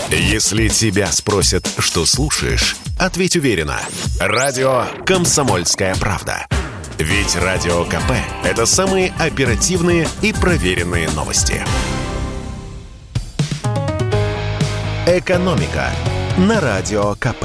Если тебя спросят, что слушаешь, ответь уверенно. Радио «Комсомольская правда». Ведь Радио КП – это самые оперативные и проверенные новости. «Экономика» на Радио КП.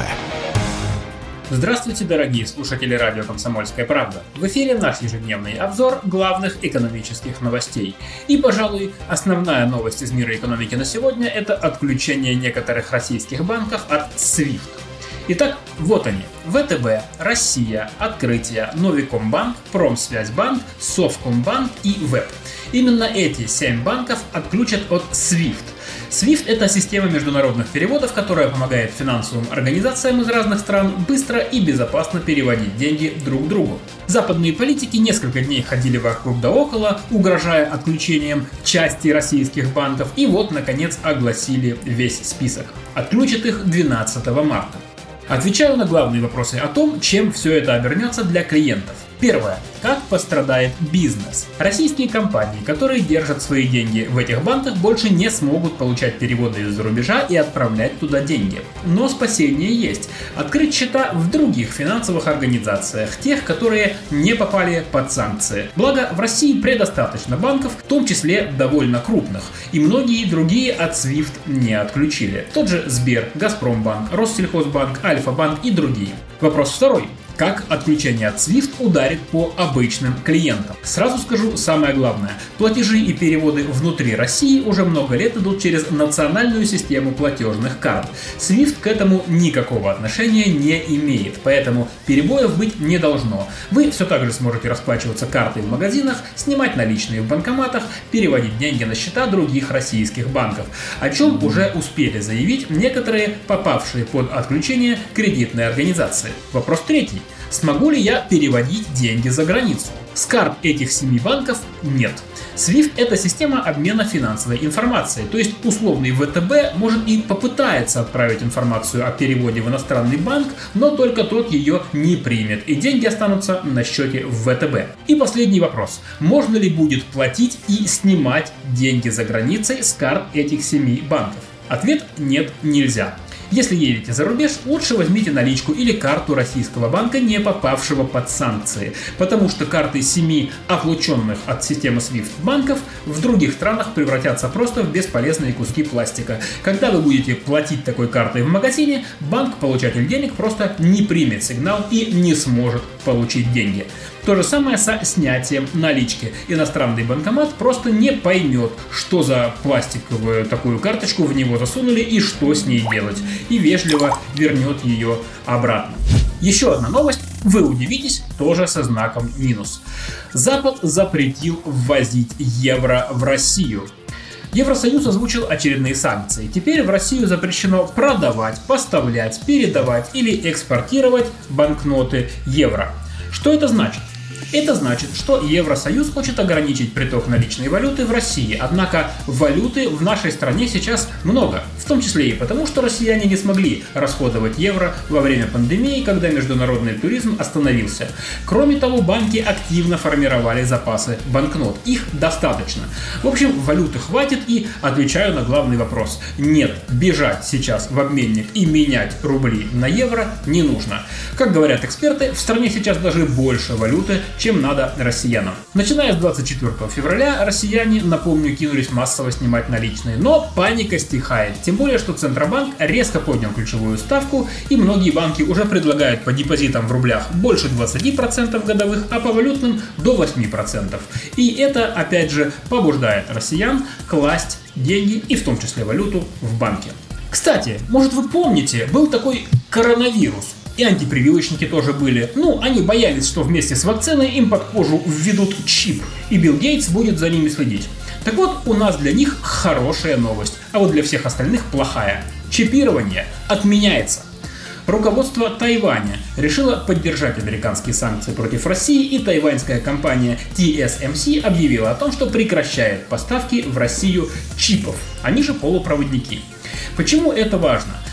Здравствуйте, дорогие слушатели радио «Комсомольская правда». В эфире наш ежедневный обзор главных экономических новостей. И, пожалуй, основная новость из мира экономики на сегодня – это отключение некоторых российских банков от SWIFT. Итак, вот они. ВТБ, Россия, Открытие, Новикомбанк, Промсвязьбанк, Совкомбанк и ВЭБ. Именно эти 7 банков отключат от SWIFT. SWIFT – это система международных переводов, которая помогает финансовым организациям из разных стран быстро и безопасно переводить деньги друг другу. Западные политики несколько дней ходили вокруг да около, угрожая отключением части российских банков, и вот, наконец, огласили весь список. Отключат их 12 марта. Отвечаю на главные вопросы о том, чем все это обернется для клиентов. Первое. Как пострадает бизнес? Российские компании, которые держат свои деньги в этих банках, больше не смогут получать переводы из-за рубежа и отправлять туда деньги. Но спасение есть. Открыть счета в других финансовых организациях, тех, которые не попали под санкции. Благо, в России предостаточно банков, в том числе довольно крупных, и многие другие от SWIFT не отключили. Тот же Сбер, Газпромбанк, Россельхозбанк, Альфа-банк и другие. Вопрос второй. Как отключение от SWIFT ударит по обычным клиентам? Сразу скажу самое главное. Платежи и переводы внутри России уже много лет идут через национальную систему платежных карт. SWIFT к этому никакого отношения не имеет, поэтому перебоев быть не должно. Вы все так же сможете расплачиваться картой в магазинах, снимать наличные в банкоматах, переводить деньги на счета других российских банков, о чем уже успели заявить некоторые попавшие под отключение кредитные организации. Вопрос третий. Смогу ли я переводить деньги за границу? С карт этих 7 банков нет. SWIFT – это система обмена финансовой информацией, то есть условный ВТБ может и попытается отправить информацию о переводе в иностранный банк, но только тот ее не примет, и деньги останутся на счете в ВТБ. И последний вопрос. Можно ли будет платить и снимать деньги за границей с карт этих 7 банков? Ответ – нет, нельзя. Если едете за рубеж, лучше возьмите наличку или карту российского банка, не попавшего под санкции, потому что карты 7 отлученных от системы SWIFT банков в других странах превратятся просто в бесполезные куски пластика. Когда вы будете платить такой картой в магазине, банк-получатель денег просто не примет сигнал и не сможет получить деньги. То же самое со снятием налички. Иностранный банкомат просто не поймет, что за пластиковую такую карточку в него засунули и что с ней делать, и вежливо вернет ее обратно. Еще одна новость, вы удивитесь, тоже со знаком минус. Запад запретил ввозить евро в Россию. Евросоюз озвучил очередные санкции. Теперь в Россию запрещено продавать, поставлять, передавать или экспортировать банкноты евро. Что это значит? Это значит, что Евросоюз хочет ограничить приток наличной валюты в России, однако валюты в нашей стране сейчас много, в том числе и потому, что россияне не смогли расходовать евро во время пандемии, когда международный туризм остановился. Кроме того, банки активно формировали запасы банкнот, их достаточно. В общем, валюты хватит, и отвечаю на главный вопрос. Нет, бежать сейчас в обменник и менять рубли на евро не нужно. Как говорят эксперты, в стране сейчас даже больше валюты, чем надо россиянам. Начиная с 24 февраля россияне, напомню, кинулись массово снимать наличные, но паника стихает. Тем более, что Центробанк резко поднял ключевую ставку, и многие банки уже предлагают по депозитам в рублях больше 20% годовых, а по валютным до 8%. И это, опять же, побуждает россиян класть деньги, и в том числе валюту, в банке. Кстати, может вы помните, был такой коронавирус. И антипрививочники тоже были. Они боялись, что вместе с вакциной им под кожу введут чип, и Билл Гейтс будет за ними следить. Так вот, у нас для них хорошая новость, а вот для всех остальных плохая. Чипирование отменяется. Руководство Тайваня решило поддержать американские санкции против России, и тайваньская компания TSMC объявила о том, что прекращает поставки в Россию чипов, они же полупроводники. Почему это важно?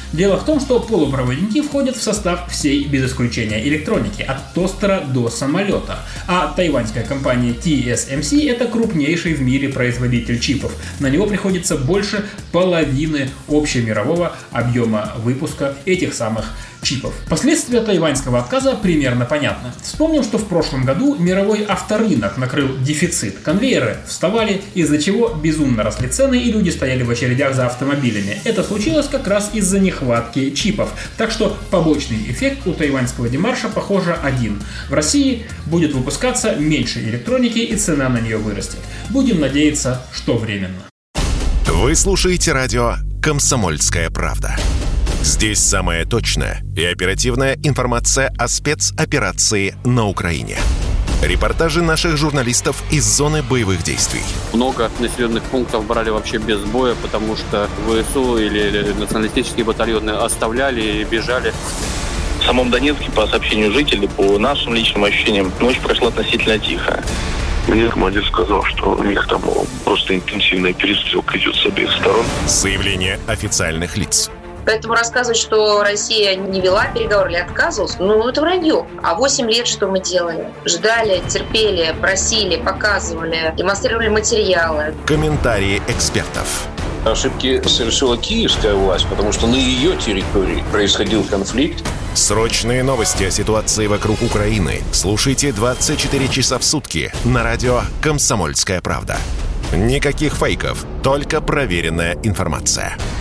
Дело в том, что полупроводники входят в состав всей, без исключения, электроники, от тостера до самолета. А тайваньская компания TSMC – это крупнейший в мире производитель чипов. На него приходится больше половины общемирового объема выпуска этих самых чипов. Последствия тайваньского отказа примерно понятны. Вспомним, что в прошлом году мировой авторынок накрыл дефицит. Конвейеры вставали, из-за чего безумно росли цены и люди стояли в очередях за автомобилями. Это случилось как раз из-за нехватки чипов. Так что побочный эффект у тайваньского демарша, похоже, один. В России будет выпускаться меньше электроники и цена на нее вырастет. Будем надеяться, что временно. Вы слушаете радио «Комсомольская правда». Здесь самая точная и оперативная информация о спецоперации на Украине. Репортажи наших журналистов из зоны боевых действий. Много населенных пунктов брали вообще без боя, потому что ВСУ или националистические батальоны оставляли и бежали. В самом Донецке, по сообщению жителей, по нашим личным ощущениям, ночь прошла относительно тихо. Мне командир сказал, что у них там просто интенсивная перестрелка идет с обеих сторон. Заявление официальных лиц. Поэтому рассказывать, что Россия не вела переговоры или отказывалась, это вранье. А 8 лет что мы делали? Ждали, терпели, просили, показывали, демонстрировали материалы. Комментарии экспертов. Ошибки совершила киевская власть, потому что на ее территории происходил конфликт. Срочные новости о ситуации вокруг Украины слушайте 24 часа в сутки на радио «Комсомольская правда». Никаких фейков, только проверенная информация.